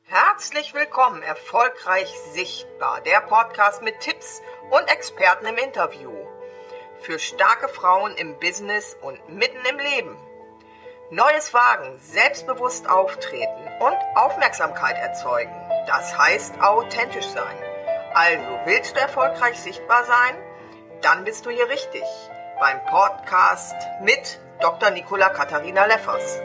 Herzlich willkommen, erfolgreich sichtbar, der Podcast mit Tipps und Experten im Interview. Für starke Frauen im Business und mitten im Leben. Neues wagen, selbstbewusst auftreten und Aufmerksamkeit erzeugen. Das heißt authentisch sein. Also, willst du erfolgreich sichtbar sein? Dann bist du hier richtig beim Podcast mit Dr. Nicola Katharina Leffers.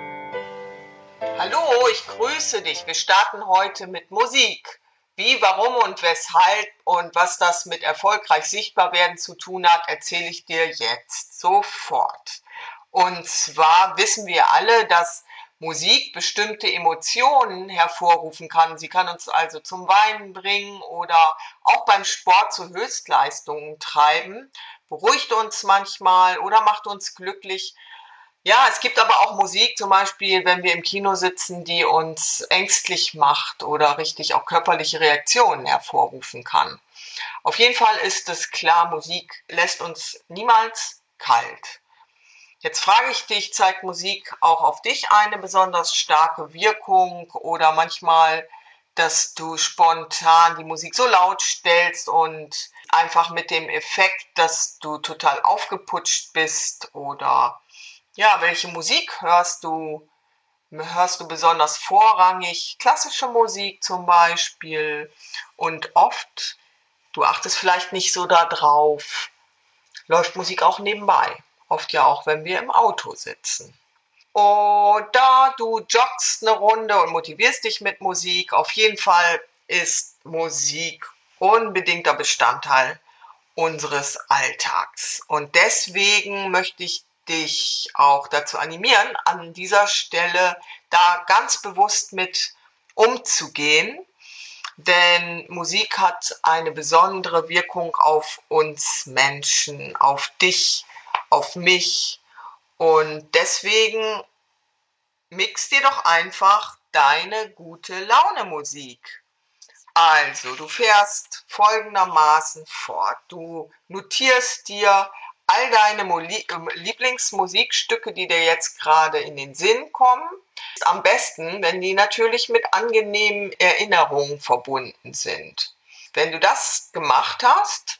Hallo, ich grüße dich. Wir starten heute mit Musik. Wie, warum und weshalb und was das mit erfolgreich sichtbar werden zu tun hat, erzähle ich dir jetzt sofort. Und zwar wissen wir alle, dass Musik bestimmte Emotionen hervorrufen kann. Sie kann uns also zum Weinen bringen oder auch beim Sport zu Höchstleistungen treiben, beruhigt uns manchmal oder macht uns glücklich. Ja, es gibt aber auch Musik, zum Beispiel, wenn wir im Kino sitzen, die uns ängstlich macht oder richtig auch körperliche Reaktionen hervorrufen kann. Auf jeden Fall ist es klar, Musik lässt uns niemals kalt. Jetzt frage ich dich, zeigt Musik auch auf dich eine besonders starke Wirkung oder manchmal, dass du spontan die Musik so laut stellst und einfach mit dem Effekt, dass du total aufgeputscht bist oder ja, welche Musik hörst du? Hörst du besonders vorrangig klassische Musik zum Beispiel? Und oft, du achtest vielleicht nicht so da drauf, läuft Musik auch nebenbei. Oft ja auch, wenn wir im Auto sitzen. Oder du joggst eine Runde und motivierst dich mit Musik. Auf jeden Fall ist Musik unbedingter Bestandteil unseres Alltags. Und deswegen möchte ich dich auch dazu animieren, an dieser Stelle da ganz bewusst mit umzugehen, denn Musik hat eine besondere Wirkung auf uns Menschen, auf dich, auf mich und deswegen mix dir doch einfach deine gute Laune Musik. Also, du fährst folgendermaßen fort. Du notierst dir all deine Lieblingsmusikstücke, die dir jetzt gerade in den Sinn kommen. Am besten, wenn die natürlich mit angenehmen Erinnerungen verbunden sind. Wenn du das gemacht hast,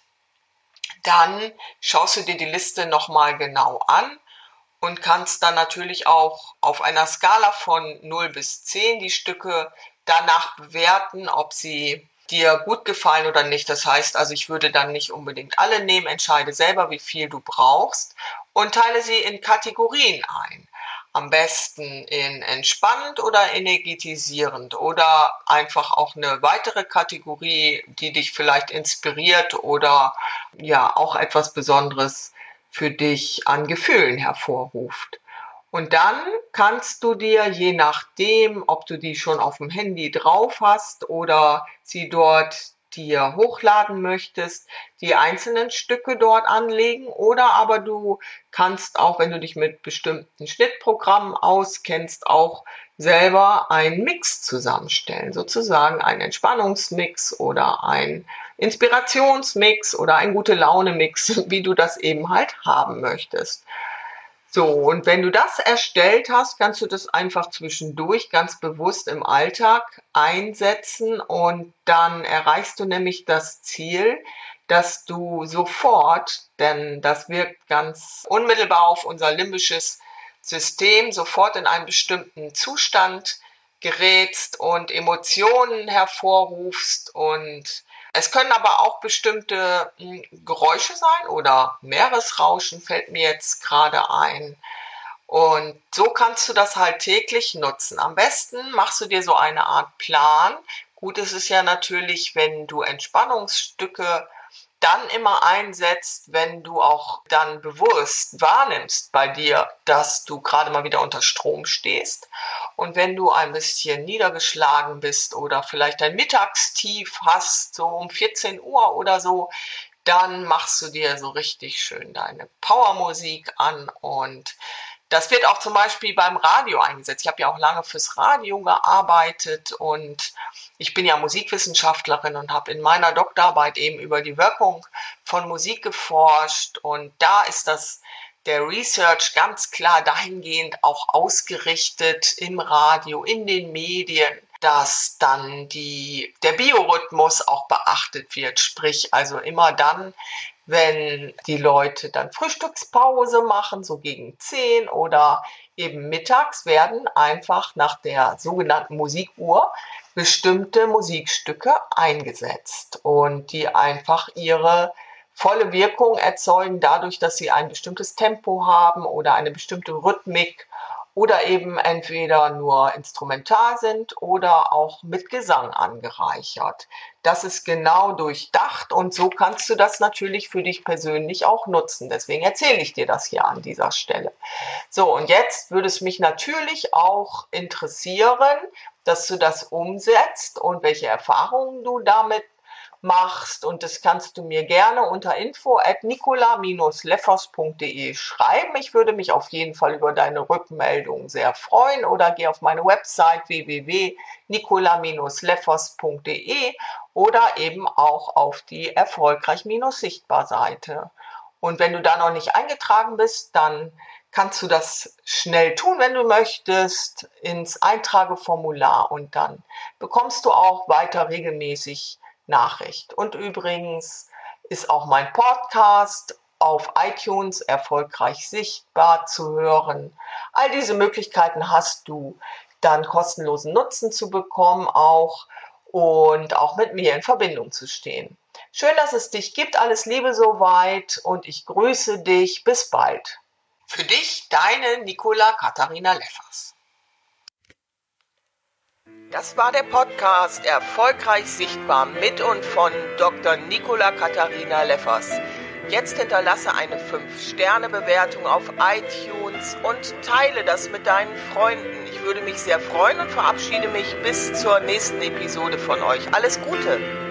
dann schaust du dir die Liste nochmal genau an und kannst dann natürlich auch auf einer Skala von 0 bis 10 die Stücke danach bewerten, ob sie dir gut gefallen oder nicht. Das heißt also, ich würde dann nicht unbedingt alle nehmen, entscheide selber, wie viel du brauchst und teile sie in Kategorien ein. Am besten in entspannend oder energetisierend oder einfach auch eine weitere Kategorie, die dich vielleicht inspiriert oder ja auch etwas Besonderes für dich an Gefühlen hervorruft. Und dann kannst du dir, je nachdem, ob du die schon auf dem Handy drauf hast oder sie dort dir hochladen möchtest, die einzelnen Stücke dort anlegen oder aber du kannst auch, wenn du dich mit bestimmten Schnittprogrammen auskennst, auch selber einen Mix zusammenstellen, sozusagen einen Entspannungsmix oder ein Inspirationsmix oder ein Gute-Laune-Mix, wie du das eben halt haben möchtest. So, und wenn du das erstellt hast, kannst du das einfach zwischendurch ganz bewusst im Alltag einsetzen und dann erreichst du nämlich das Ziel, dass du sofort, denn das wirkt ganz unmittelbar auf unser limbisches System, sofort in einen bestimmten Zustand gerätst und Emotionen hervorrufst und es können aber auch bestimmte Geräusche sein oder Meeresrauschen fällt mir jetzt gerade ein. Und so kannst du das halt täglich nutzen. Am besten machst du dir so eine Art Plan. Gut ist es ja natürlich, wenn du Entspannungsstücke dann immer einsetzt, wenn du auch dann bewusst wahrnimmst bei dir, dass du gerade mal wieder unter Strom stehst. Und wenn du ein bisschen niedergeschlagen bist oder vielleicht ein Mittagstief hast, so um 14 Uhr oder so, dann machst du dir so richtig schön deine Powermusik an und das wird auch zum Beispiel beim Radio eingesetzt. Ich habe ja auch lange fürs Radio gearbeitet und ich bin ja Musikwissenschaftlerin und habe in meiner Doktorarbeit eben über die Wirkung von Musik geforscht und da ist der Research ganz klar dahingehend auch ausgerichtet im Radio, in den Medien, dass dann der Biorhythmus auch beachtet wird. Sprich, also immer dann, wenn die Leute dann Frühstückspause machen, so gegen 10 oder eben mittags, werden einfach nach der sogenannten Musikuhr bestimmte Musikstücke eingesetzt und die einfach ihre volle Wirkung erzeugen dadurch, dass sie ein bestimmtes Tempo haben oder eine bestimmte Rhythmik oder eben entweder nur instrumental sind oder auch mit Gesang angereichert. Das ist genau durchdacht und so kannst du das natürlich für dich persönlich auch nutzen. Deswegen erzähle ich dir das hier an dieser Stelle. So, und jetzt würde es mich natürlich auch interessieren, dass du das umsetzt und welche Erfahrungen du damit machst, und das kannst du mir gerne unter info@nicola-leffers.de schreiben. Ich würde mich auf jeden Fall über deine Rückmeldung sehr freuen, oder geh auf meine Website www.nicola-leffers.de oder eben auch auf die Erfolgreich-Sichtbar-Seite. Und wenn du da noch nicht eingetragen bist, dann kannst du das schnell tun, wenn du möchtest, ins Eintrageformular, und dann bekommst du auch weiter regelmäßig Nachricht. Und übrigens ist auch mein Podcast auf iTunes erfolgreich sichtbar zu hören. All diese Möglichkeiten hast du dann kostenlosen Nutzen zu bekommen auch und auch mit mir in Verbindung zu stehen. Schön, dass es dich gibt. Alles Liebe soweit und ich grüße dich. Bis bald. Für dich, deine Nicola Katharina Leffers. Das war der Podcast Erfolgreich Sichtbar mit und von Dr. Nicola Katharina Leffers. Jetzt hinterlasse eine 5-Sterne-Bewertung auf iTunes und teile das mit deinen Freunden. Ich würde mich sehr freuen und verabschiede mich bis zur nächsten Episode von euch. Alles Gute!